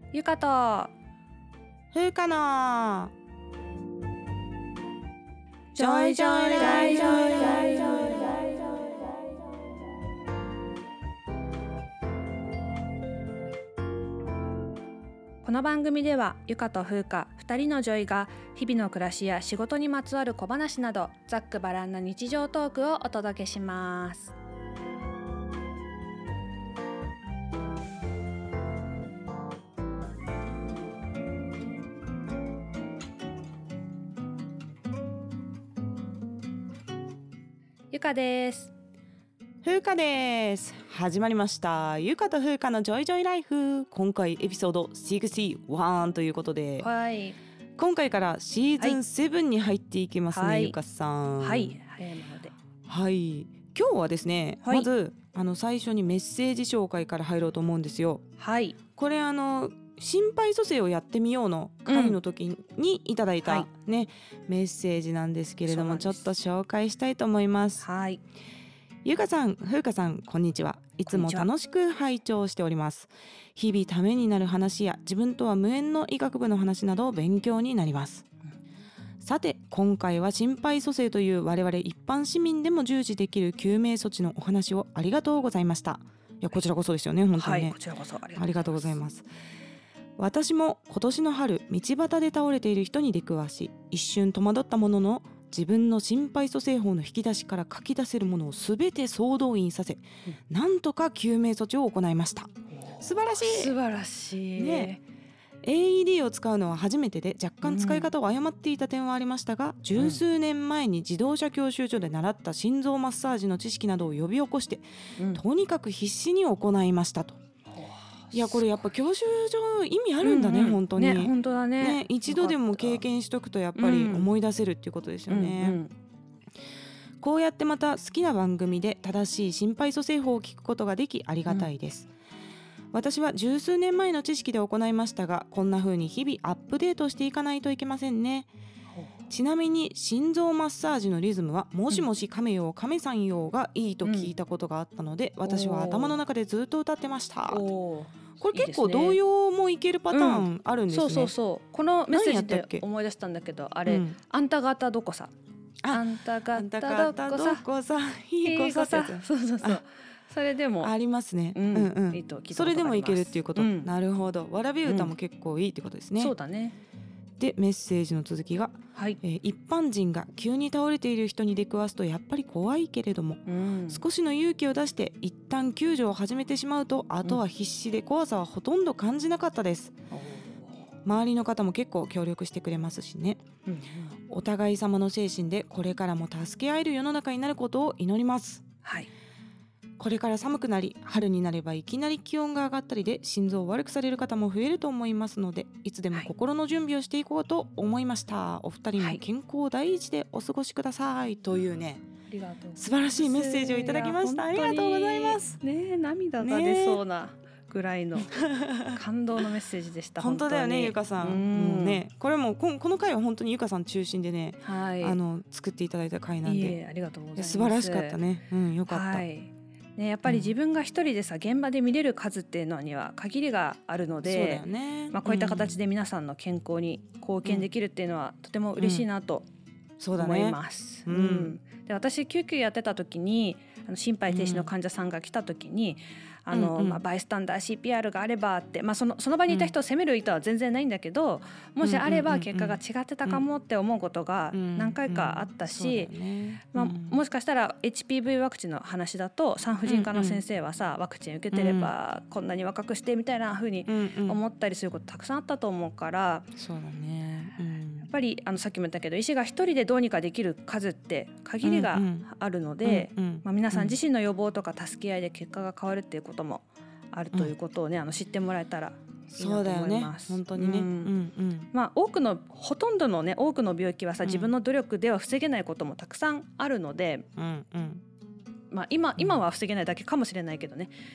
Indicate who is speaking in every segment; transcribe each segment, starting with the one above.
Speaker 1: ゆかと
Speaker 2: ふうかの
Speaker 1: ジョイジョイライフ。この番組ではゆかとふうか2人のジョイが日々の暮らしや仕事にまつわる小話などざっくばらんな日常トークをお届けします。ゆかです。
Speaker 2: ふうかです。始まりましたゆかとふうかのジョイジョイライフ。今回エピソード61ということで、
Speaker 1: はい、
Speaker 2: 今回からシーズン7に入っていきますね、
Speaker 1: はい、
Speaker 2: ゆかさん。
Speaker 1: はい、早いもので。
Speaker 2: はい、今日はですね、
Speaker 1: はい、
Speaker 2: まず最初にメッセージ紹介から入ろうと思うんですよ。
Speaker 1: はい、
Speaker 2: これ心肺蘇生をやってみようの回の時にいただいた、メッセージなんですけれども、ちょっと紹介したいと思います。
Speaker 1: はい、
Speaker 2: ゆかさん、ふうかさん、こんにちは。いつも楽しく拝聴しております。日々ためになる話や自分とは無縁の医学部の話など勉強になります。さて、今回は心肺蘇生という我々一般市民でも従事できる救命措置のお話をありがとうございました。いや、こちらこそですよね、本当にね。
Speaker 1: はい、こちらこそあ
Speaker 2: りがとうございます。私も今年の春、道端で倒れている人に出くわし、一瞬戸惑ったものの、自分の心肺蘇生法の引き出しから書き出せるものをすべて総動員させ、なんとか救命措置を行いました。素晴らしい。
Speaker 1: 素晴らしい、
Speaker 2: ね。AED を使うのは初めてで、若干使い方を誤っていた点はありましたが、十数年前に自動車教習所で習った心臓マッサージの知識などを呼び起こして、とにかく必死に行いましたと。いや、これやっぱ教習所意味あるんだね、本当に、
Speaker 1: ね、本当だ ね。
Speaker 2: 一度でも経験しとくとやっぱり思い出せるっていうことですよね、こうやってまた好きな番組で正しい心肺蘇生法を聞くことができありがたいです、私は十数年前の知識で行いましたが、こんな風に日々アップデートしていかないといけませんね。ちなみに心臓マッサージのリズムはもしもし亀よ亀さんよがいいと聞いたことがあったので、私は頭の中でずっと歌ってました。これ結構童謡もいけるパターンあるんですね、
Speaker 1: そうこのメッセージで思い出したんだけど、あれ、あんた方どこさ、あんた方どこさひいこさ、そうそれでも
Speaker 2: ありますね、
Speaker 1: いいと聞いたことがあります。
Speaker 2: それでもいけるっていうこと、なるほど。わらび歌も結構いいってことですね、
Speaker 1: そうだね。
Speaker 2: でメッセージの続きが、一般人が急に倒れている人に出くわすとやっぱり怖いけれども、少しの勇気を出して一旦救助を始めてしまうと、あとは必死で怖さはほとんど感じなかったです、周りの方も結構協力してくれますしね、お互い様の精神でこれからも助け合える世の中になることを祈ります。これから寒くなり、春になればいきなり気温が上がったりで心臓を悪くされる方も増えると思いますので、いつでも心の準備をしていこうと思いました、お二人も健康第一でお過ごしください、というね、素晴らしいメッセージをいただきました。ありがとうございますね。
Speaker 1: 涙が出そうなぐらいの感動のメッセージでした。
Speaker 2: 本当だよね、ゆかさん、もうね、これもこの回は本当にゆかさん中心でね、作っていただいた回なんで、
Speaker 1: ありがとうございます。
Speaker 2: 素晴らしかったね、よかった、
Speaker 1: やっぱり自分が一人でさ、現場で見れる数っていうのには限りがあるので、
Speaker 2: そうだよね、
Speaker 1: こういった形で皆さんの健康に貢献できるっていうのはとても嬉しいなと思います、で、私救急やってた時に心肺停止の患者さんが来た時に、バイスタンダー CPR があればって、その場にいた人を責める意図は全然ないんだけど、もしあれば結果が違ってたかもって思うことが何回かあったし、もしかしたら HPV ワクチンの話だと産婦人科の先生はさ、ワクチン受けてればこんなに若くしてみたいな風に思ったりすることたくさんあったと思うから、
Speaker 2: そうだね、
Speaker 1: やっぱりさっきも言ったけど、医師が一人でどうにかできる数って限りがあるので、皆さん自身の予防とか助け合いで結果が変わるっていうこともあるということをね、知ってもらえたらいいなと思います。
Speaker 2: そうだよね、本当にね、
Speaker 1: ほとんどのね、多くの病気はさ、自分の努力では防げないこともたくさんあるので、今は防げないだけかもしれないけどね、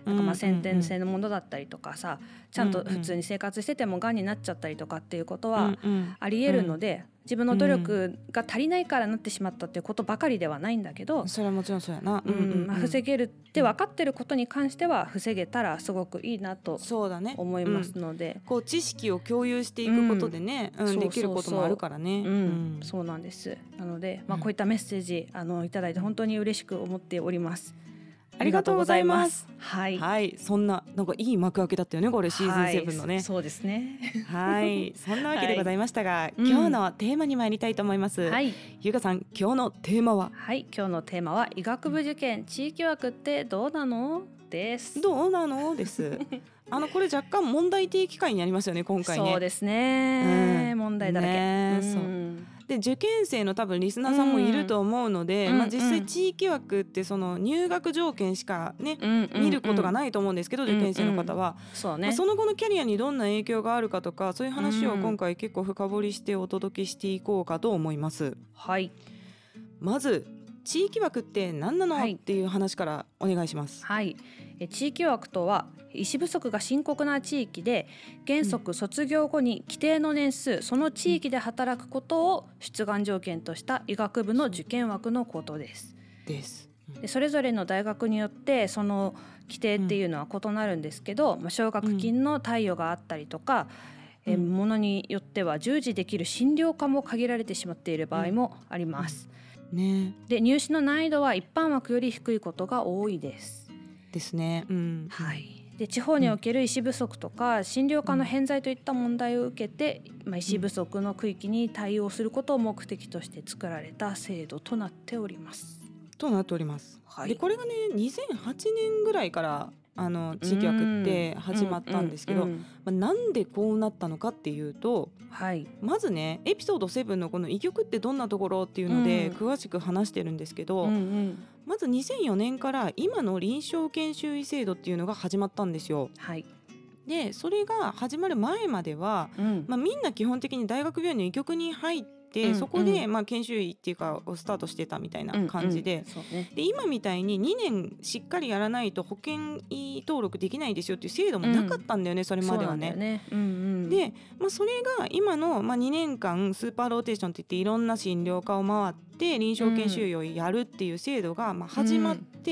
Speaker 1: なんか先天性のものだったりとかさ、ちゃんと普通に生活しててもがんになっちゃったりとかっていうことはありえるので、自分の努力が足りないからなってしまったっていうことばかりではないんだけど、
Speaker 2: それはもちろんそうやな、
Speaker 1: 防げるって分かってることに関しては防げたらすごくいいなと思いますので、
Speaker 2: こう知識を共有していくことでね、できることもあるからね。
Speaker 1: そうなんです。なので、こういったメッセージいただいて本当に嬉しく思っております。
Speaker 2: ありがとうございます。
Speaker 1: はい、
Speaker 2: はい、そんななんかいい幕開けだったよね、これシーズン7のね。
Speaker 1: はい、そうですね。
Speaker 2: はい、そんなわけでございましたが、今日のテーマに参りたいと思います。はい、ゆかさん、今日のテーマは？
Speaker 1: はい、今日のテーマは医学部受験地域枠ってどうなのです。
Speaker 2: どうなのです。これ若干問題提起会になりますよね、今回ね。
Speaker 1: そうですね、問題だらけ。
Speaker 2: そうで、受験生の多分リスナーさんもいると思うので、実際地域枠ってその入学条件しかね、見ることがないと思うんですけど、受験生の方は、その後のキャリアにどんな影響があるかとか、そういう話を今回結構深掘りしてお届けしていこうかと思います。はい、まず地域枠って何なの、っていう話からお願いします。
Speaker 1: はい、地域枠とは医師不足が深刻な地域で、原則卒業後に規定の年数その地域で働くことを出願条件とした医学部の受験枠のことです。でそれぞれの大学によってその規定っていうのは異なるんですけど、奨学金の貸与があったりとか、ものによっては従事できる診療科も限られてしまっている場合もあります。で入試の難易度は一般枠より低いことが多いです
Speaker 2: ね。
Speaker 1: はい、で地方における医師不足とか診療科の偏在といった問題を受けて、医師不足の区域に対応することを目的として作られた制度となっております。でこれがね、2008年ぐらいから地域枠って始まったんですけど、なんでこうなったのかっていうと、まずね、エピソード7のこの医局ってどんなところっていうので詳しく話してるんですけど、まず2004年から今の臨床研修医制度っていうのが始まったんですよ。でそれが始まる前までは、みんな基本的に大学病院の医局に入ってそこで研修医っていうかをスタートしてたみたいな感じで、で今みたいに2年しっかりやらないと保険医登録できないですよっていう制度もなかったんだよね、それまではね。で、それが今の2年間スーパーローテーションっていっていろんな診療科を回って臨床研修医をやるっていう制度が始まって、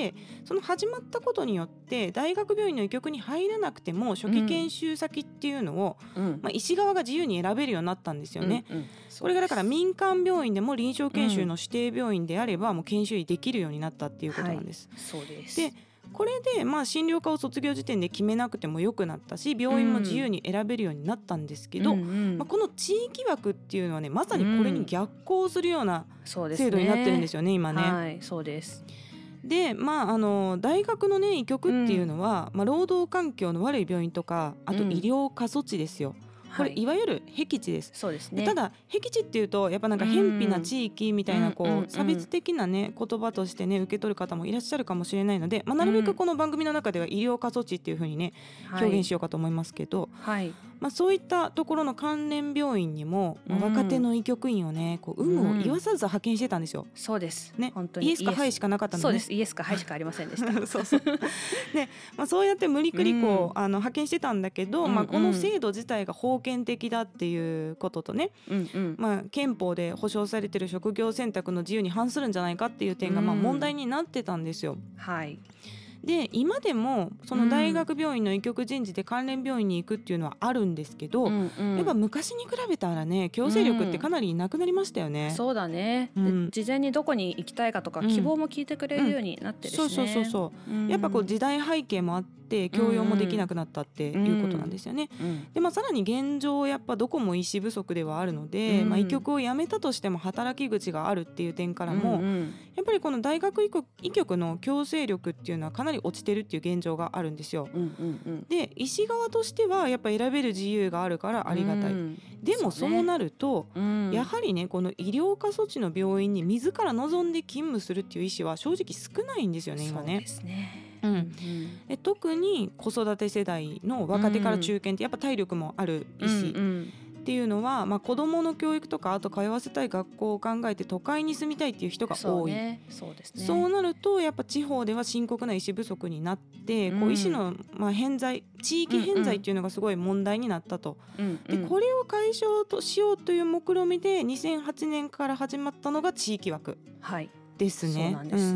Speaker 1: その始まったことによって大学病院の医局に入らなくても初期研修先っていうのを、医師側が自由に選べるようになったんですよね。これがだから民間病院でも臨床研修の指定病院であればもう研修医できるようになったっていうことなんです。 そうです。
Speaker 2: でこれで診療科を卒業時点で決めなくてもよくなったし、病院も自由に選べるようになったんですけど、この地域枠っていうのはね、まさにこれに逆行するような制度になってるんですよね、今ね。
Speaker 1: そうです。
Speaker 2: で大学のね医局っていうのは、労働環境の悪い病院とか、あと医療過疎地ですよ。これいわゆる僻地です。
Speaker 1: そうですね。
Speaker 2: ただ僻地っていうとやっぱなんか偏僻な地域みたいな差別的なね言葉としてね受け取る方もいらっしゃるかもしれないので、なるべくこの番組の中では医療過疎地っていう風にね表現しようかと思いますけど、そういったところの関連病院にも若手の医局員をね有無を言わさず派遣してたんですよ。
Speaker 1: そうです
Speaker 2: ね、
Speaker 1: 本当に
Speaker 2: イエスかハイしかなかったのね。
Speaker 1: そうです、イエスかハイしかありませんでした。
Speaker 2: で、そうやって無理くり派遣してたんだけど、この制度自体が封建的だっていうこととね、憲法で保障されてる職業選択の自由に反するんじゃないかっていう点が問題になってたんですよ。で今でもその大学病院の医局人事で関連病院に行くっていうのはあるんですけど、やっぱ昔に比べたらね強制力ってかなりなくなりましたよね。
Speaker 1: そうだね、事前にどこに行きたいかとか希望も聞いてくれるようになってるしね。やっぱ時代背景もあって強要もできなくなったっていうことなんですよね。でさらに現状やっぱどこも医師不足ではあるので、医局を辞めたとしても働き口があるっていう点からも、やっぱりこの大学医局の強制力っていうのはかなり落ちてるっていう現状があるんですよ。で医師側としてはやっぱ選べる自由があるからありがたい。でもそうなると、やはりねこの医療過疎地の病院に自ら望んで勤務するっていう医師は正直少ないんですよね今ね。 そうですね。
Speaker 2: 特に子育て世代の若手から中堅ってやっぱ体力もある医師、 っていうのは、子どもの教育とかあと通わせたい学校を考えて都会に住みたいっていう人が多い。
Speaker 1: そうですね。
Speaker 2: そうなるとやっぱ地方では深刻な医師不足になって、こう医師の偏在、地域偏在っていうのがすごい問題になったと、でこれを解消としようという目論見で2008年から始まったのが地域枠ですね。
Speaker 1: そうなんです、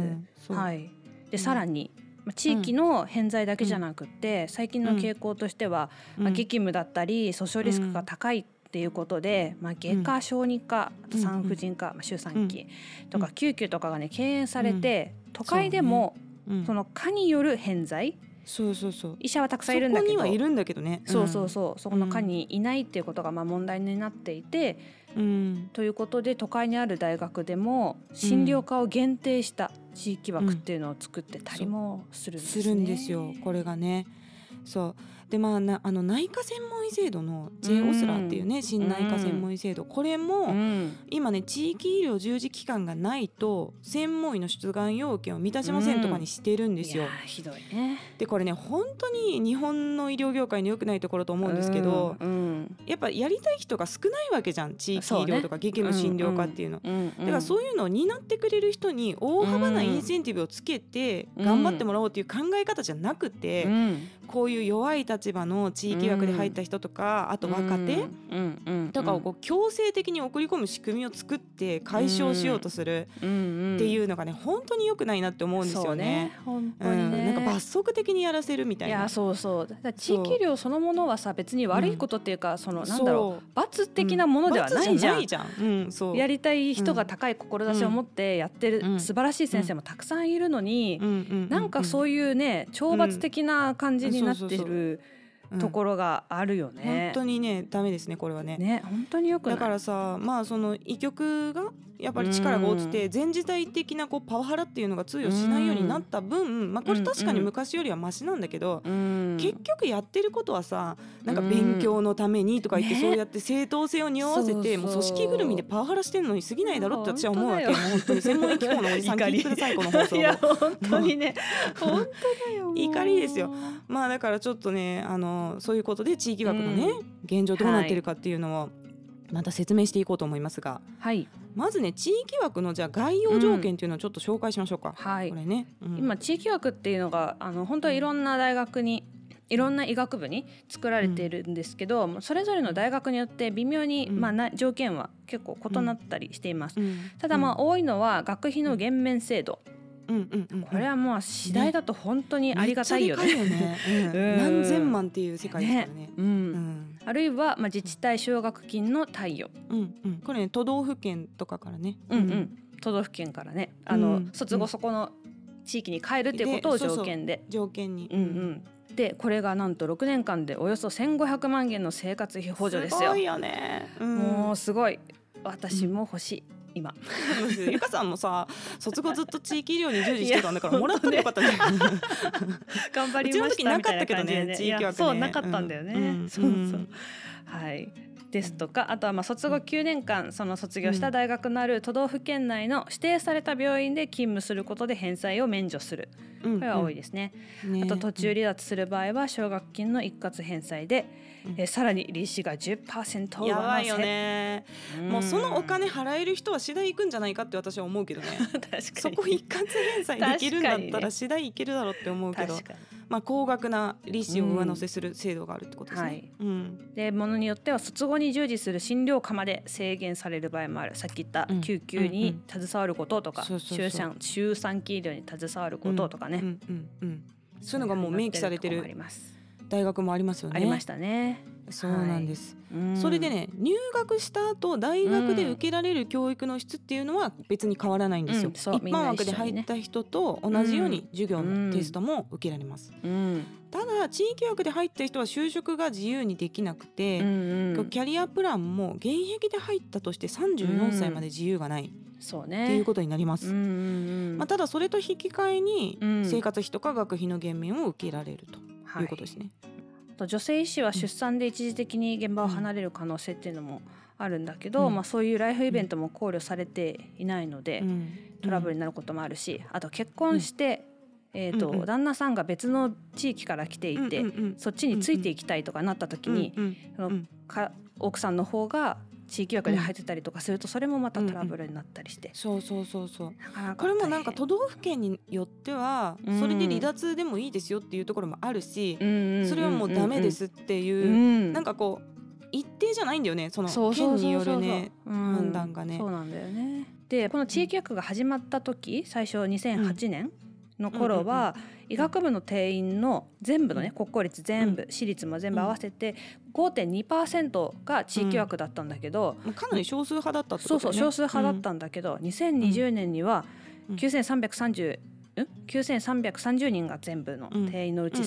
Speaker 1: はい。でさらに地域の偏在だけじゃなくて、最近の傾向としては、激務だったり訴訟リスクが高いっていうことで、外科小児科、産婦人科、周産期とか救急とかがね敬遠されて、都会でもその科による偏在、医者はたくさんいるんだけど、
Speaker 2: そこにはいるんだけどね、
Speaker 1: そこの科にいないっていうことが問題になっていて、ということで都会にある大学でも診療科を限定した地域枠っていうのを作ってたりもするんですね。
Speaker 2: するんですよ、これがね。そうで内科専門医制度の J オスラーっていうね、新内科専門医制度、これも、今ね地域医療従事機関がないと専門医の出願要件を満たしませんとかにしてるんですよ。
Speaker 1: いやひどいね。
Speaker 2: でこれね本当に日本の医療業界の良くないところと思うんですけど、やっぱやりたい人が少ないわけじゃん、地域医療とか激務診療科っていうの、だからそういうのを担ってくれる人に大幅なインセンティブをつけて頑張ってもらおうっていう考え方じゃなくて、こういう弱い立場の地域枠で入った人とか、あと若手とかをこう強制的に送り込む仕組みを作って解消しようとするっていうのがね本当に良くないなって思うんですよね。
Speaker 1: 本当にね、
Speaker 2: なんか罰則的にやらせるみたいな。
Speaker 1: いやそうだ地域医療そのものはさ別に悪いことっていうか、なんだろう、罰的なものではないじゃん。やりたい人が高い志を持ってやってる素晴らしい先生もたくさんいるのに、なんかそういうね懲罰的な感じになってるところがあるよね。
Speaker 2: 本当にねダメですねこれはね。
Speaker 1: 本当によくない。
Speaker 2: だからさその医局がやっぱり力が落ちて全時代的なこうパワハラっていうのが通用しないようになった分、これ確かに昔よりはマシなんだけど、結局やってることはさなんか勉強のためにとか言ってそうやって正当性を匂わせてもう組織ぐるみでパワハラしてるのに過ぎないだろって私は思うわけ。もう本当に専門医機構のおじさん聞いてくださいこの放送を。
Speaker 1: いや本当にね本当だよ
Speaker 2: 怒りですよ。だからちょっとねそういうことで地域枠のね、現状どうなってるかっていうのをまた説明していこうと思いますが、まずね地域枠のじゃあ概要条件っていうのをちょっと紹介しましょうか。これね、
Speaker 1: 今地域枠っていうのが本当はいろんな大学にいろんな医学部に作られているんですけど、それぞれの大学によって微妙に、条件は結構異なったりしています。ただ多いのは学費の減免制度、これはもう次第だと本当にありがたいよね。
Speaker 2: 何千万っていう世界ですからね。
Speaker 1: あるいは自治体奨学金の貸与、
Speaker 2: これね都道府県とかからね、
Speaker 1: 都道府県からね卒後そこの地域に帰るっていうことを条件で
Speaker 2: 条件に、
Speaker 1: でこれがなんと6年間でおよそ1500万円の生活費補助ですよ。
Speaker 2: すごいよね、
Speaker 1: もうすごい。私も欲しい、今
Speaker 2: ゆかさんもさ卒後ずっと地域医療に従事してたんだからもらったらよかったね
Speaker 1: 頑張りましたみたいな感じでね。
Speaker 2: 地域枠ね、
Speaker 1: そうなかったんだよね、そうはいですとか、あとは卒後9年間その卒業した大学のある都道府県内の指定された病院で勤務することで返済を免除する、これは多いですね。あと途中離脱する場合は奨学金の一括返済で、さらに利子が 10% 上乗せ。
Speaker 2: やばいよね、もうそのお金払える人は次第行くんじゃないかって私は思うけどね
Speaker 1: 確かに
Speaker 2: そこ一括返済できるんだったら次第行けるだろうって思うけど、高額な利子を上乗せする制度があるってことですね。
Speaker 1: でものによっては卒後に従事する診療科まで制限される場合もある。さっき言った救急に携わることとか、周産期医療に携わることとかね、
Speaker 2: そういうのがもう明記されてる大学もありますよね。
Speaker 1: ありましたね。
Speaker 2: そうなんです、それでね入学した後大学で受けられる教育の質っていうのは別に変わらないんですよ、一般枠で入った人と同じように授業のテストも受けられます、ただ地域枠で入った人は就職が自由にできなくて、キャリアプランも現役で入ったとして34歳まで自由がない、っていうことになります、ただそれと引き換えに生活費とか学費の減免を受けられるということですね。
Speaker 1: 女性医師は出産で一時的に現場を離れる可能性っていうのもあるんだけど、そういうライフイベントも考慮されていないので、トラブルになることもあるし、あと結婚して、旦那さんが別の地域から来ていて、そっちについていきたいとかなった時に、 奥さんの方が地域枠で入ってたりとかすると、それもまたトラブルになったりして、
Speaker 2: そうそうそうそう。
Speaker 1: なかなか
Speaker 2: これもなんか都道府県によってはそれで離脱でもいいですよっていうところもあるし、それはもうダメですっていう、なんかこう一定じゃないんだよね、その県によるね判断がね。
Speaker 1: そうなんだよね。でこの地域枠が始まった時、最初2008年の頃は医学部の定員の全部のね、国公立全部、私立も全部合わせて 5.2% が地域枠だったんだけど、
Speaker 2: かなり少数派だったって
Speaker 1: そう
Speaker 2: ことね。
Speaker 1: そう少数派だったんだけど、2020年には9330人が全部の定員のうち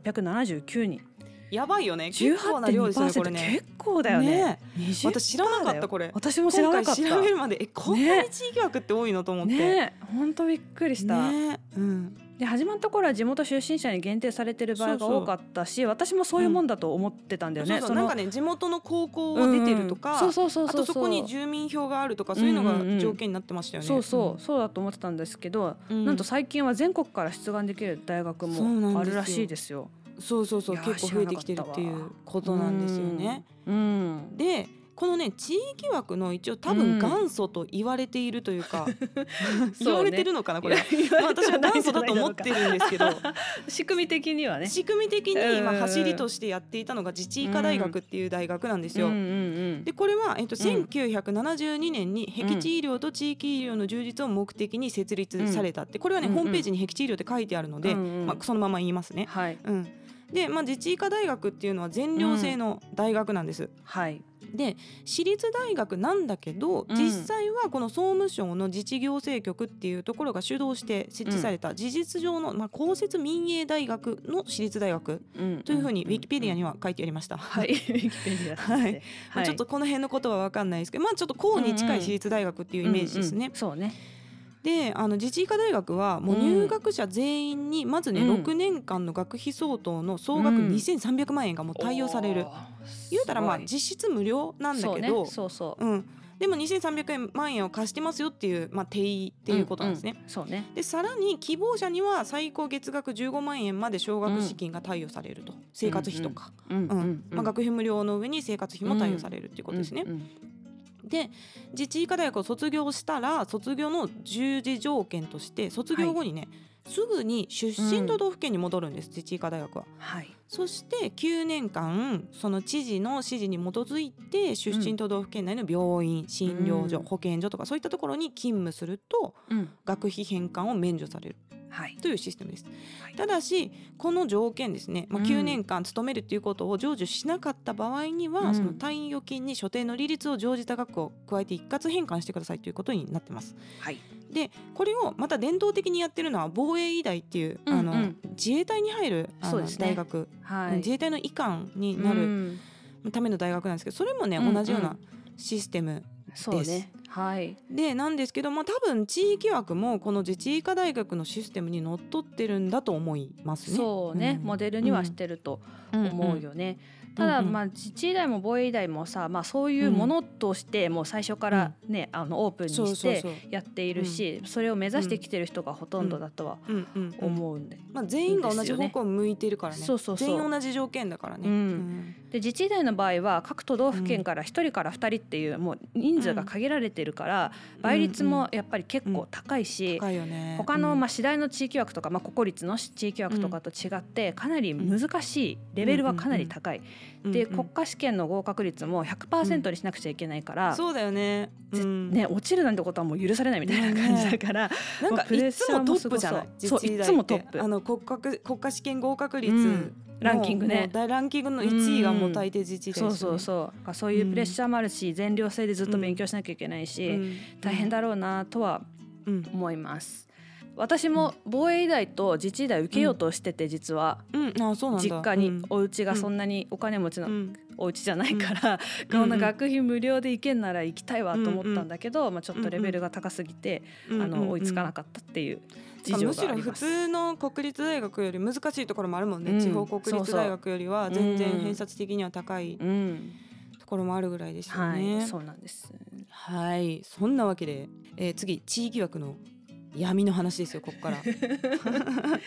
Speaker 1: 1679人、
Speaker 2: やばいよね。結構な量ですよね、これね。
Speaker 1: 結構だよね。
Speaker 2: 私知らなかったこれ。
Speaker 1: 私も知らなかった。
Speaker 2: 今回調べるまでこんなに地域枠って多いのと思って。
Speaker 1: ね、本当びっくりした。
Speaker 2: ね、
Speaker 1: で始まった頃は地元出身者に限定されてる場合が多かったし、私もそういうもんだと思ってたんだよね。
Speaker 2: なんかね、地元の高校を出てるとか、あとそこに住民票があるとか、そういうのが条件になってましたよね。そうだと思ってたんですけど、なんと最近は全国から出願できる大学もあるらしいですよ。そう結構増えてきてるっていうことなんですよね。でこのね地域枠の一応多分元祖と言われているというか、言われてるのかなこれ、私は元祖だと思ってるんですけど
Speaker 1: 仕組み的にはね、
Speaker 2: 仕組み的に走りとしてやっていたのが自治医科大学っていう大学なんですよ。でこれは、1972年に僻地医療と地域医療の充実を目的に設立されたって、これはね、ホームページに僻地医療って書いてあるので、そのまま言いますね。で、自治医科大学っていうのは全寮制の大学なんです。で私立大学なんだけど、実際はこの総務省の自治行政局っていうところが主導して設置された事実上の、公設民営大学の私立大学というふうにウィキペディアには書いてありました。ちょっとこの辺のことは分かんないですけど、ちょっと公に近い私立大学っていうイメージですね。
Speaker 1: そうね。
Speaker 2: で自治医科大学はもう入学者全員にまずね、6年間の学費相当の総額2300万円がもう対応される。言うたら実質無料なんだけど、でも2300万円を貸してますよっていう、定位っていうことなんですね。でさらに希望者には最高月額15万円まで奨学資金が貸与されると、生活費とか学費無料の上に生活費も貸与されるっていうことですね。で自治医科大学を卒業したら、卒業の従事条件として卒業後にね、すぐに出身都道府県に戻るんです、自治医科大学は。そして9年間その知事の指示に基づいて出身都道府県内の病院、診療所、保健所とかそういったところに勤務すると、学費返還を免除されるというシステムです。ただしこの条件ですね、9年間勤めるということを成就しなかった場合には、その退院預金に所定の利率を乗じた額を加えて一括返還してくださいということになってます。でこれをまた伝統的にやってるのは防衛医大っていう、自衛隊に入る大学、自衛隊の医官になるための大学なんですけど、それもね、同じようなシステムです。でなんですけど、多分地域枠もこの自治医科大学のシステムにのっとってるんだと思いますね。
Speaker 1: そうね、モデルにはしてると思うよね。ただ自治医大も防衛医大もさ、そういうものとしてもう最初からね、オープンにしてやっているし、それを目指してきてる人がほとんどだとは思うんで、
Speaker 2: 全員が同じ方向を向いてるからね。全員同じ条件だからね。
Speaker 1: で自治医大の場合は各都道府県から1人から2人っていうもう人数が限られてるから、倍率もやっぱり結構高いし、他の私大の地域枠とか、国公立の地域枠とかと違ってかなり難しい、レベルはかなり高い。で国家試験の合格率も 100% にしなくちゃいけないから、
Speaker 2: そうだよね。
Speaker 1: 落ちるなんてことはもう許されないみたいな感じだから、
Speaker 2: なんかいつもトップじゃない。
Speaker 1: そういつもトッ
Speaker 2: プ。国家試験合格率
Speaker 1: ランキングね、
Speaker 2: ランキングの1位がもう大抵自治大ですよね。
Speaker 1: そういうプレッシャーもあるし、全寮制でずっと勉強しなきゃいけないし、大変だろうなとは思います。私も防衛医大と自治医大受けようとしてて、実は実家にお家がそんなにお金持ちのお家じゃないから、こんな学費無料で行けんなら行きたいわと思ったんだけど、ちょっとレベルが高すぎて追いつかなかったっていう事情があります。
Speaker 2: むしろ普通の国立大学より難しいところもあるもんね。地方国立大学よりは全然偏差値的には高いところもあるぐらいですよね。
Speaker 1: そうなんです。
Speaker 2: そんなわけで、次地域枠の闇の話ですよ。ここから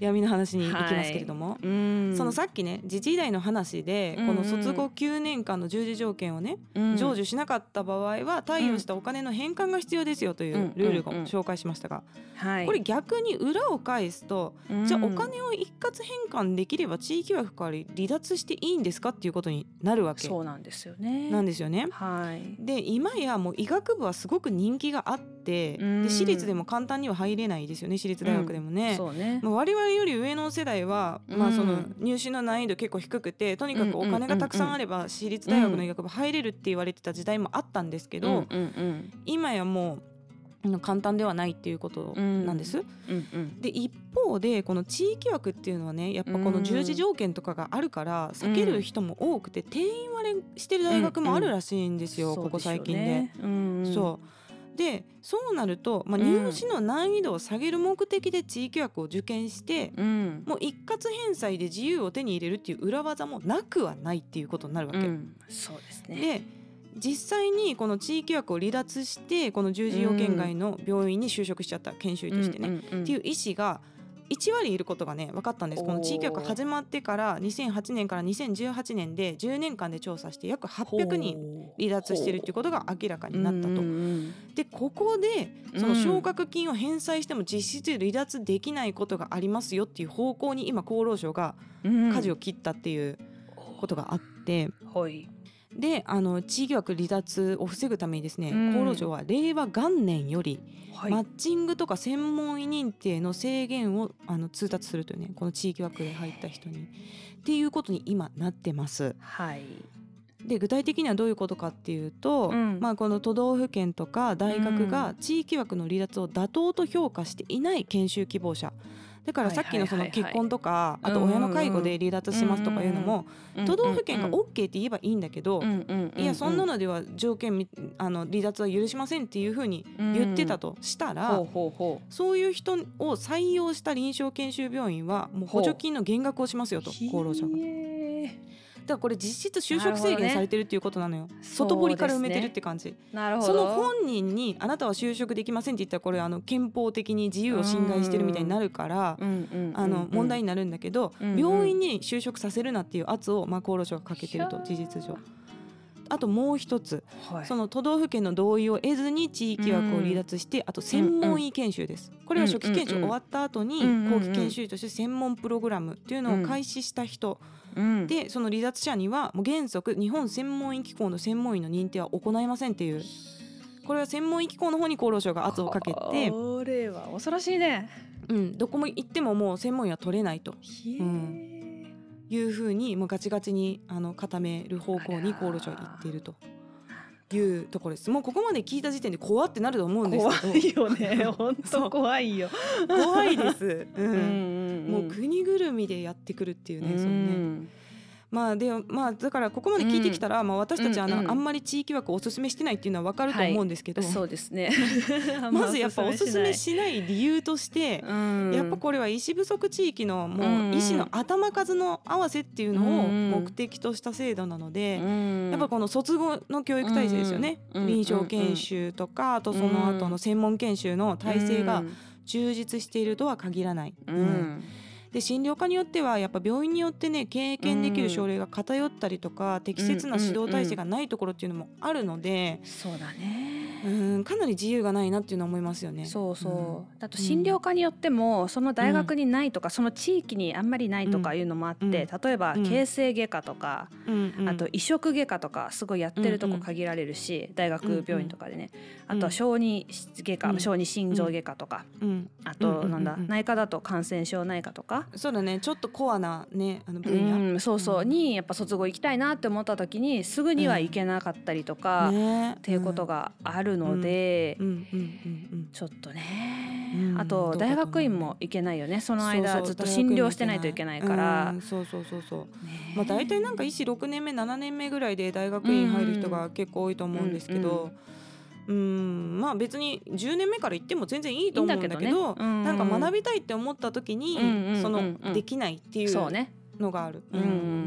Speaker 2: 闇の話に行きますけれども、そのさっきね自治医大の話で、この卒後9年間の従事条件をね、成就しなかった場合は貸与したお金の返還が必要ですよというルールを紹介しましたが、これ逆に裏を返すと、じゃあお金を一括返還できれば地域枠から離脱していいんですかっていうことになるわけ
Speaker 1: なんですよね。
Speaker 2: で今やもう医学部はすごく人気があって、で私立でも簡単には入れないですよね、私立大学でもね。我々より上の世代は、その入試の難易度結構低くて、とにかくお金がたくさんあれば私立大学の医学部入れるって言われてた時代もあったんですけど、今やもう簡単ではないっていうことなんです。で一方でこの地域枠っていうのはね、やっぱこの従事条件とかがあるから避ける人も多くて、定員割れしてる大学もあるらしいんですよ、ここ最近で。そうなると、入試の難易度を下げる目的で地域枠を受験して、もう一括返済で自由を手に入れるっていう裏技もなくはないっていうことになるわけ。
Speaker 1: そうですね。
Speaker 2: で実際にこの地域枠を離脱してこの従事要件外の病院に就職しちゃった研修医としてね、っていう医師が1割いることがね分かったんです。この地域枠始まってから2008年から2018年で10年間で調査して約800人離脱してるっていうことが明らかになったと。でここでその奨学金を返済しても実質離脱できないことがありますよっていう方向に今厚労省が舵を切ったっていうことがあって、で地域枠離脱を防ぐためにですね、厚労省は令和元年よりマッチングとか専門医認定の制限を通達するというね、この地域枠で入った人にっていうことに今なってます。で具体的にはどういうことかっていうと、この都道府県とか大学が地域枠の離脱を妥当と評価していない研修希望者だから、さっきのその結婚とか、あと親の介護で離脱しますとかいうのも都道府県が OK って言えばいいんだけど、いやそんなのでは条件離脱は許しませんっていうふうに言ってたとしたら、そういう人を採用した臨床研修病院はもう補助金の減額をしますよと、厚労省が。だからこれ実質就職制限されてるっていうことなのよ、外堀から埋めてるって感じ。その本人にあなたは就職できませんって言ったら、これ憲法的に自由を侵害してるみたいになるから問題になるんだけど、病院に就職させるなっていう圧を厚労省がかけてると、事実上。あともう一つ、その都道府県の同意を得ずに地域枠を離脱して、あと専門医研修です。これは初期研修終わった後に後期研修医として専門プログラムっていうのを開始した人で、その離脱者にはもう原則日本専門医機構の専門医の認定は行いませんっていう、これは専門医機構の方に厚労省が圧をかけて、
Speaker 1: これは恐ろしいね。
Speaker 2: どこも行ってももう専門医は取れないというふうにもうガチガチに固める方向に厚労省は行っているというところです。もうここまで聞いた時点で怖ってなると思うんですけど、
Speaker 1: 怖いよね、本当怖いよ
Speaker 2: 怖いです、もう国ぐるみでやってくるっていうね、そうね。だからここまで聞いてきたら、私たちはあんまり地域枠をおすすめしてないっていうのは分かると思うんですけど、
Speaker 1: そうですね
Speaker 2: まずやっぱおすすめしない理由として、やっぱこれは医師不足地域のもう医師の頭数の合わせっていうのを目的とした制度なので、やっぱこの卒後の教育体制ですよね、臨床研修とか、あとその後の専門研修の体制が充実しているとは限らない。で診療科によってはやっぱ病院によってね、経験できる症例が偏ったりとか、適切な指導体制がないところっていうのもあるので、
Speaker 1: そうだね、
Speaker 2: かなり自由がないなっていうのは思いますよね。
Speaker 1: あと診療科によってもその大学にないとか、その地域にあんまりないとかいうのもあって、例えば形成外科とか、あと移植外科とかすごいやってるとこ限られるし、大学病院とかでね、あとは小児外科、小児心臓外科とか、あと内科だと感染症内科とか、
Speaker 2: そうだね、ちょっとコアなね分
Speaker 1: 野、にやっぱ卒業行きたいなって思った時にすぐには行けなかったりとか、っていうことがあるので、ちょっとね、あと大学院も行けないよね、その間ずっと診療してないといけないから。大体なんか医師6年目7年目ぐらいで大学院入る人が結構多いと思うんですけど、別に10年目から行っても全然いいと思うんだけど、なんか学びたいって思った時に、そのできないっていうのがある。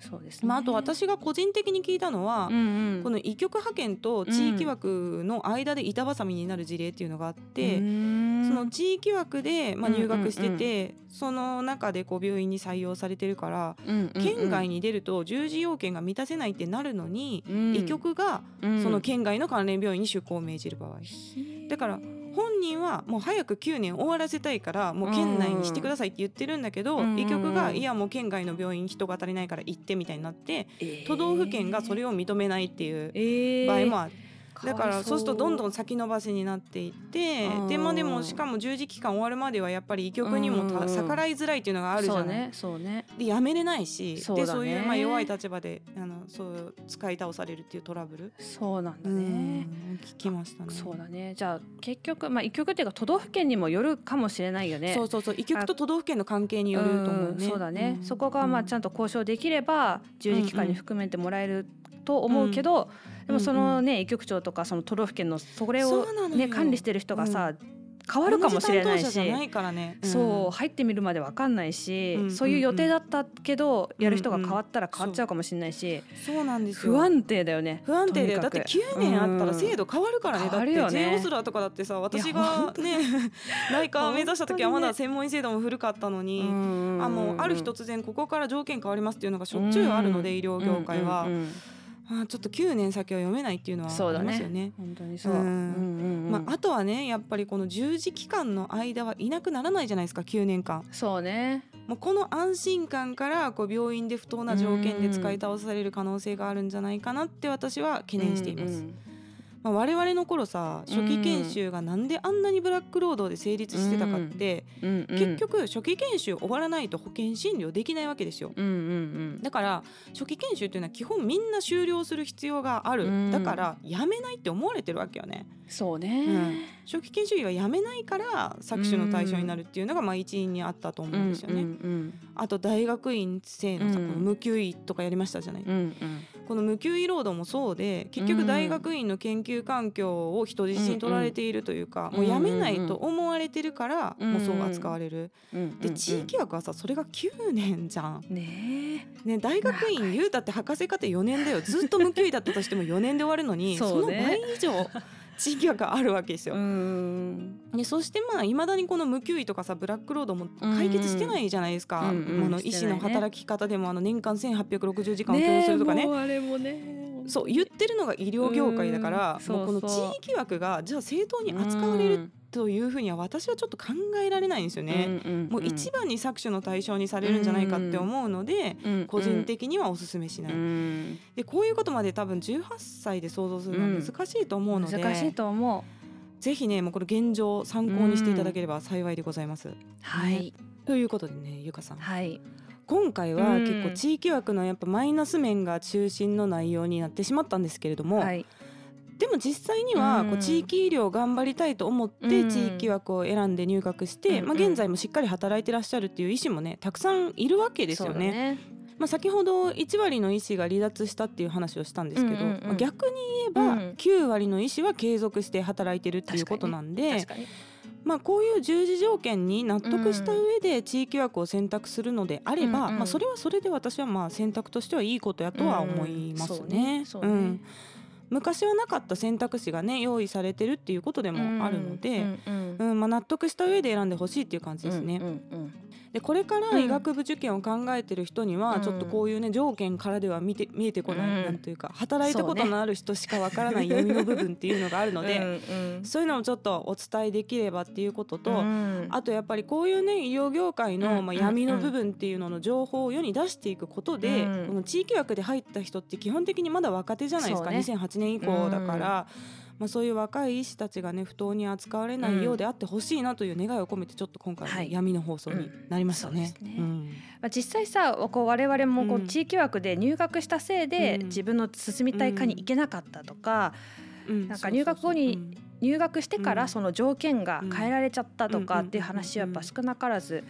Speaker 1: そうですね。
Speaker 2: あと私が個人的に聞いたのは、この医局派遣と地域枠の間で板挟みになる事例っていうのがあって、その地域枠で入学してて、その中で病院に採用されてるから、県外に出ると従事要件が満たせないってなるのに、医局がその県外の関連病院に出向を命じる場合、だから本人はもう早く9年終わらせたいからもう県内にしてくださいって言ってるんだけど、医局がいやもう県外の病院人が足りないから行ってみたいになって、都道府県がそれを認めないっていう場合もある。だからそうするとどんどん先延ばしになっていって、でもしかも従事期間終わるまではやっぱり医局にも逆らいづらいっていうのがあるじゃない。
Speaker 1: そうね。
Speaker 2: で辞めれないし、でそういう弱い立場でそう使い倒されるっていうトラブル、
Speaker 1: そうなんだね。
Speaker 2: 聞きましたね。
Speaker 1: そうだね。じゃあ結局医局っていうか都道府県にもよるかもしれないよね。
Speaker 2: そう医局と都道府県の関係によると思うね。
Speaker 1: そうだね。そこがちゃんと交渉できれば従事期間に含めてもらえると思うけど、でもそのね、医局長とかその都道府県のそれをね管理してる人がさ、変わるかもしれないし、そう入ってみるまで分かんないし、そういう予定だったけどやる人が変わったら変わっちゃうかもしれないし、
Speaker 2: そうなんですよ。
Speaker 1: 不安定だよね。
Speaker 2: 不安定だよ。だって9年あったら制度変わるからね。だって J オスラーとかだってさ、私がね内科目指した時はまだ専門医制度も古かったのに、もうある日突然ここから条件変わりますっていうのがしょっちゅうあるので、医療業界はちょっと9年先は読めないっていうのはありますよね。
Speaker 1: 本当にそう。
Speaker 2: あとはね、やっぱりこの従事期間の間はいなくならないじゃないですか、9年間。
Speaker 1: そうね。
Speaker 2: もうこの安心感から病院で不当な条件で使い倒される可能性があるんじゃないかなって私は懸念しています。我々の頃さ、初期研修がなんであんなにブラック労働で成立してたかって、結局初期研修終わらないと保険診療できないわけですよ。だから初期研修っていうのは基本みんな終了する必要がある。だから辞めないって思われてるわけよね。
Speaker 1: そうね。
Speaker 2: 初期研修医は辞めないから搾取の対象になるっていうのが一因にあったと思うんですよね。あと大学院生のさ、この無給医とかやりましたじゃない。この無給医労働もそうで、結局大学院の研究環境を人質に取られているというか、もう辞めないと思われてるからもうそう扱われる。で地域枠はさ、それが9年じゃん。ね、大学院言うたって博士課程4年だよ。ずっと無給医だったとしても4年で終わるのにその倍以上地域枠あるわけですよ。でそしていまだにこの無給医とかさ、ブラックロードも解決してないじゃないですか。医師の働き方でも年間1860時間を許容するとかね。あれもね、そう言ってるのが医療業界だから、もうこの地域枠がじゃあ正当に扱われるというふうには私はちょっと考えられないんですよね。もう一番に搾取の対象にされるんじゃないかって思うので、個人的にはお勧めしない。でこういうことまで多分18歳で想像するのは難しいと思うので、
Speaker 1: 難しいと思う。
Speaker 2: ぜひね、もうこの現状を参考にしていただければ幸いでございます。
Speaker 1: はい。
Speaker 2: ということでね、ゆかさん。
Speaker 1: はい。
Speaker 2: 今回は結構地域枠のやっぱマイナス面が中心の内容になってしまったんですけれども、はい、でも実際にはこう地域医療を頑張りたいと思って地域枠を選んで入学して、現在もしっかり働いてらっしゃるっていう医師もねたくさんいるわけですよね。先ほど1割の医師が離脱したっていう話をしたんですけど、逆に言えば9割の医師は継続して働いてるっていうことなんで、こういう従事条件に納得した上で地域枠を選択するのであれば、それはそれで私は選択としてはいいことやとは思いますね。昔はなかった選択肢がね用意されてるっていうことでもあるので、納得した上で選んでほしいっていう感じですね。でこれから医学部受験を考えてる人にはちょっとこういうね条件からでは見えてこない、なんというか働いたことのある人しかわからない闇の部分っていうのがあるので、そういうのをちょっとお伝えできればっていうことと、あとやっぱりこういうね医療業界の闇の部分っていうのの情報を世に出していくことで、この地域枠で入った人って基本的にまだ若手じゃないですか、2008年以降だから、そういう若い医師たちがね不当に扱われないようであってほしいなという願いを込めてちょっと今回の闇の放送になりましたね。
Speaker 1: 実際さ我々も地域枠で入学したせいで自分の進みたい科に行けなかったとか、なんか入学後に入学してからその条件が変えられちゃったとかっていう話はやっぱ少なからず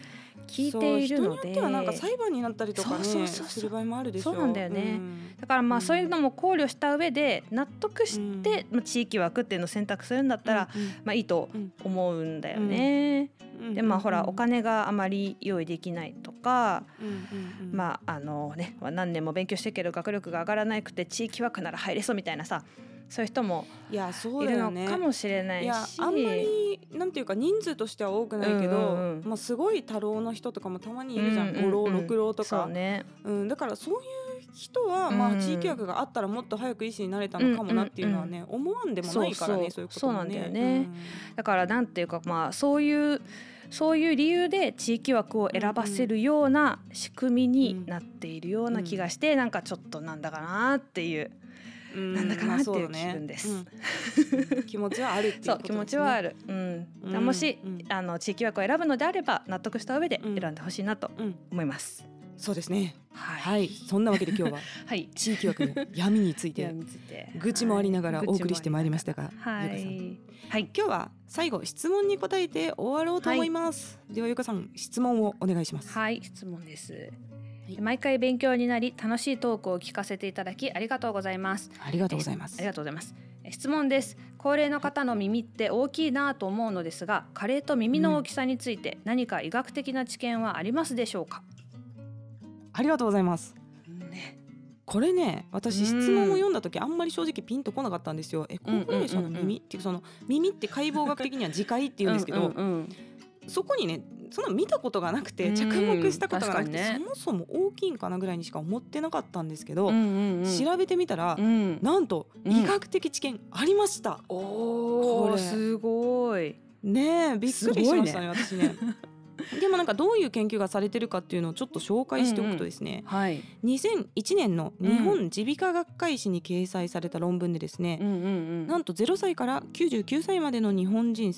Speaker 1: 聞いているので、
Speaker 2: 人によってはなんか裁判になったりとかねする場合もあるでしょ。
Speaker 1: そうなんだよね、だからまあそういうのも考慮した上で納得して、地域枠っていうのを選択するんだったら、まあいいと思うんだよね、でまあほらお金があまり用意できないとか、まあね何年も勉強してるけど学力が上がらなくて地域枠なら入れそうみたいなさ、そういう人もいるのかもしれないし、
Speaker 2: いやあんまりなんていうか人数としては多くないけど、まあ、すごい多労の人とかもたまにいるじゃん、5労6労とか、だからそういう人は、まあ、地域枠があったらもっと早く医師になれたのかもなっていうのはね、思わんでもないからね、そういうこともね。そうなんだよね、
Speaker 1: だからなんていうか、まあそういう理由で地域枠を選ばせるような仕組みになっているような気がして、なんかちょっとなんだかなっていう、なんだかなっていう気分です、
Speaker 2: 気持ちはあるっていうことですね。
Speaker 1: そう気持ちはある、もし、地域枠を選ぶのであれば納得した上で選んでほしいなと思います、
Speaker 2: そうですね、はい、そんなわけで今日は地域枠の闇について愚痴もありながらお送りしてまいりましたが、ゆかさん、今日は最後質問に答えて終わろうと思います、ではゆかさん質問をお願いします。
Speaker 1: はい、質問です。毎回勉強になり楽しいトークを聞かせていただきありがとうございます。
Speaker 2: ありがとうございます。
Speaker 1: ありがとうございます。質問です。高齢の方の耳って大きいなと思うのですが、加齢と耳の大きさについて何か医学的な知見はありますでしょうか？
Speaker 2: ありがとうございます、これね、私質問を読んだ時あんまり正直ピンとこなかったんですよ。高齢者の耳っていうその耳って解剖学的には耳介っていうんですけど、そこにねそんな見たことがなくて着目したことがなくて、そもそも大きいんかなぐらいにしか思ってなかったんですけど、調べてみたら、なんと医学的知見ありました、
Speaker 1: これすごい
Speaker 2: ね、びっくりしましたね、私ねでもなんかどういう研究がされてるかっていうのをちょっと紹介しておくとですね、2001年の日本耳鼻科学会誌に掲載された論文でですね、なんと0歳から99歳までの日本人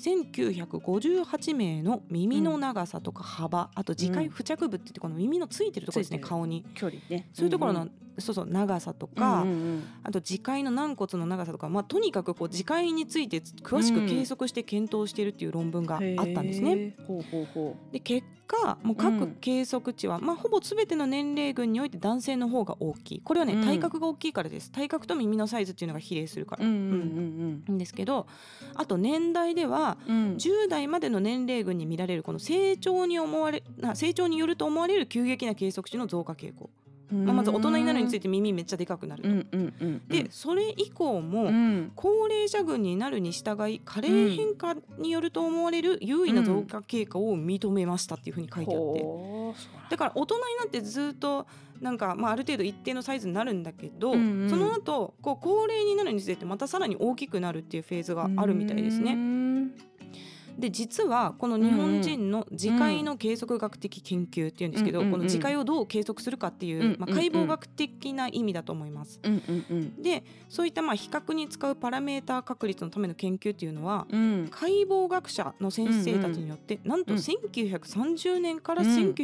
Speaker 2: 1958名の耳の長さとか幅、あと耳介付着部って言ってこの耳のついてるところですね、顔に
Speaker 1: 距離ね、
Speaker 2: そういうところの長さとか、あと耳介の軟骨の長さとか、とにかくこう耳介について詳しく計測して検討しているっていう論文があったんですね。で結果もう各計測値は、ほぼ全ての年齢群において男性の方が大きい。これはね、体格が大きいからです。体格と耳のサイズっていうのが比例するからんですけど、あと年代では、10代までの年齢群に見られるこの成長によると思われる急激な計測値の増加傾向、まず大人になるについて耳めっちゃでかくなると、でそれ以降も、高齢者群になるに従い加齢変化によると思われる優位な増加経過を認めましたっていうふうに書いてあって、だから大人になってずっとなんか、ある程度一定のサイズになるんだけど、その後こう高齢になるにつれてまたさらに大きくなるっていうフェーズがあるみたいですね。で実はこの日本人の耳介の計測学的研究っていうんですけど、この耳介をどう計測するかっていう、解剖学的な意味だと思います。でそういった比較に使うパラメータ確率のための研究っていうのは、解剖学者の先生たちによってなんと1930年から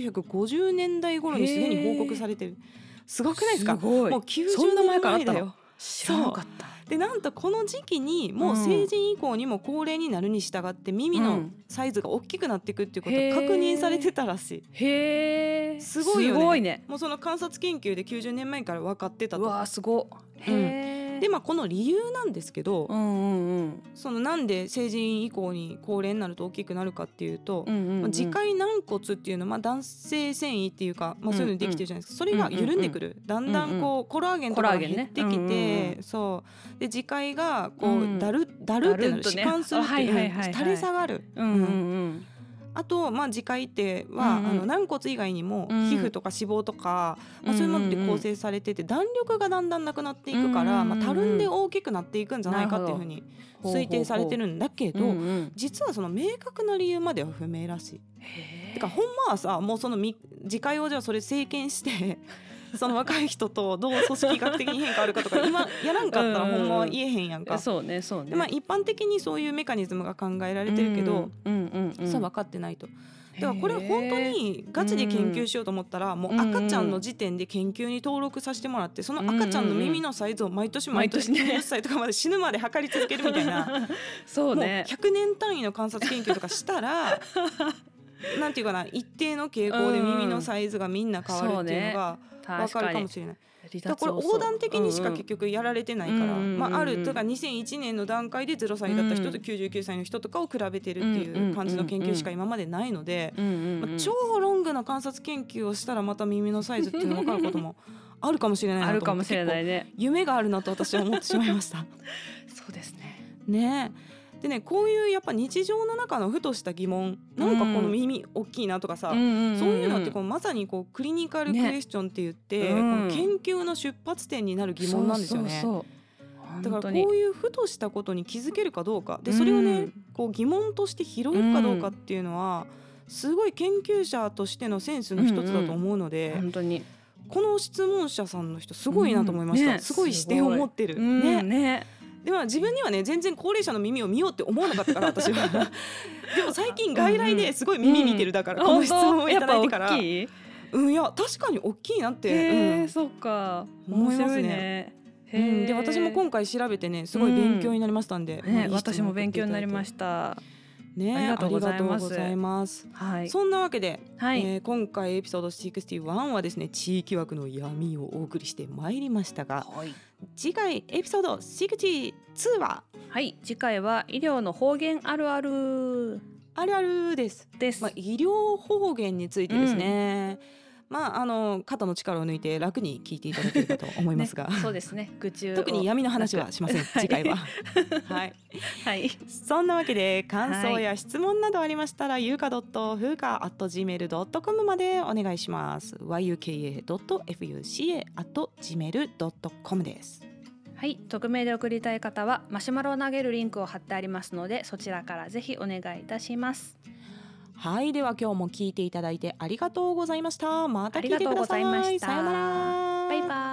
Speaker 2: 1950年代頃にすでに報告されてる。すごくないですか？もう90年前だよ。
Speaker 1: 知らなかった。
Speaker 2: でなんとこの時期にもう成人以降にも高齢になるに従って耳のサイズが大きくなっていくっていうことが確認されてたらしい。
Speaker 1: へー、
Speaker 2: すごいよね。
Speaker 1: すごいね。
Speaker 2: もうその観察研究で90年前から分かってたと。
Speaker 1: うわーすごい。へー。
Speaker 2: でこの理由なんですけど、そのなんで成人以降に高齢になると大きくなるかっていうと、耳介軟骨っていうのは男性繊維っていうか、そういうのできてるじゃないですか。それが緩んでくる、だんだんこうコラーゲンとかが減ってきて、そうで耳介がこうだるってなる、弛緩するっていう、垂れ下がる。あと耳介っては、軟骨以外にも皮膚とか脂肪とか、そういうもので構成されてて、弾力がだんだんなくなっていくから、たるんで大きくなっていくんじゃないかっていうふうに推定されてるんだけど、実はその明確な理由までは不明らしい。てかほんまはさ、もうその耳介をじゃあそれ生検してその若い人とどう組織学的に変化あるかとか今やらんかったらほんまは言えへんやんか。
Speaker 1: そうねそうね。
Speaker 2: で一般的にそういうメカニズムが考えられてるけど、そう分かってないと。だからこれ本当にガチで研究しようと思ったら、もう赤ちゃんの時点で研究に登録させてもらって、その赤ちゃんの耳のサイズを毎年90歳とかまで死ぬまで測り続けるみたいなそうね、もう100年単位の観察研究とかしたらなんていうかな、一定の傾向で耳のサイズがみんな変わるっていうのが分かるかもしれない。だからこれ横断的にしか結局やられてないから、あるとか2001年の段階で0歳だった人と99歳の人とかを比べてるっていう感じの研究しか今までないので、超ロングな観察研究をしたらまた耳のサイズっていうのが分かることもあるかもしれないなと思って、結構夢があるなと私は思ってしまいました
Speaker 1: そうですね。
Speaker 2: ねでね、こういうやっぱ日常の中のふとした疑問、なんかこの耳大きいなとかさ、そういうのってまさにクリニカルクエスチョンって言って、この研究の出発点になる疑問なんですよね。だからこういうふとしたことに気づけるかどうかで、それをね疑問として拾えるかどうかっていうのはすごい研究者としてのセンスの一つだと思うので、
Speaker 1: 本当に
Speaker 2: この質問者さんの人すごいなと思いました。すごい視点を持ってるね。でも自分にはね全然高齢者の耳を見ようって思わなかったから私はでも最近外来ですごい耳見てる、だからこの質問をいただいてから、いや確かに大きいなって、
Speaker 1: そうか、
Speaker 2: 思いますね。で私も今回調べてねすごい勉強になりましたんで、
Speaker 1: 私も勉強になりましたね。ありがとうございます。そんなわけで、今回エピソード61はですね、地域枠の闇をお送りしてまいりましたが、次回エピソード62は、 次回は医療の方言あるある
Speaker 2: です。医療方言についてですね、肩の力を抜いて楽に聞いていただければと思いますが、
Speaker 1: そうですね、愚痴を
Speaker 2: 特に闇の話はしません次回はそんなわけで感想や質問などありましたら、yuka.fuka@gmail.com までお願いします。yuka.fuca@gmail.com です。
Speaker 1: 匿名で送りたい方はマシュマロを投げるリンクを貼ってありますので、そちらからぜひお願いいたします。
Speaker 2: では今日も聞いていただいてありがとうございました。また聞いてください。
Speaker 1: さようなら。バイバイ。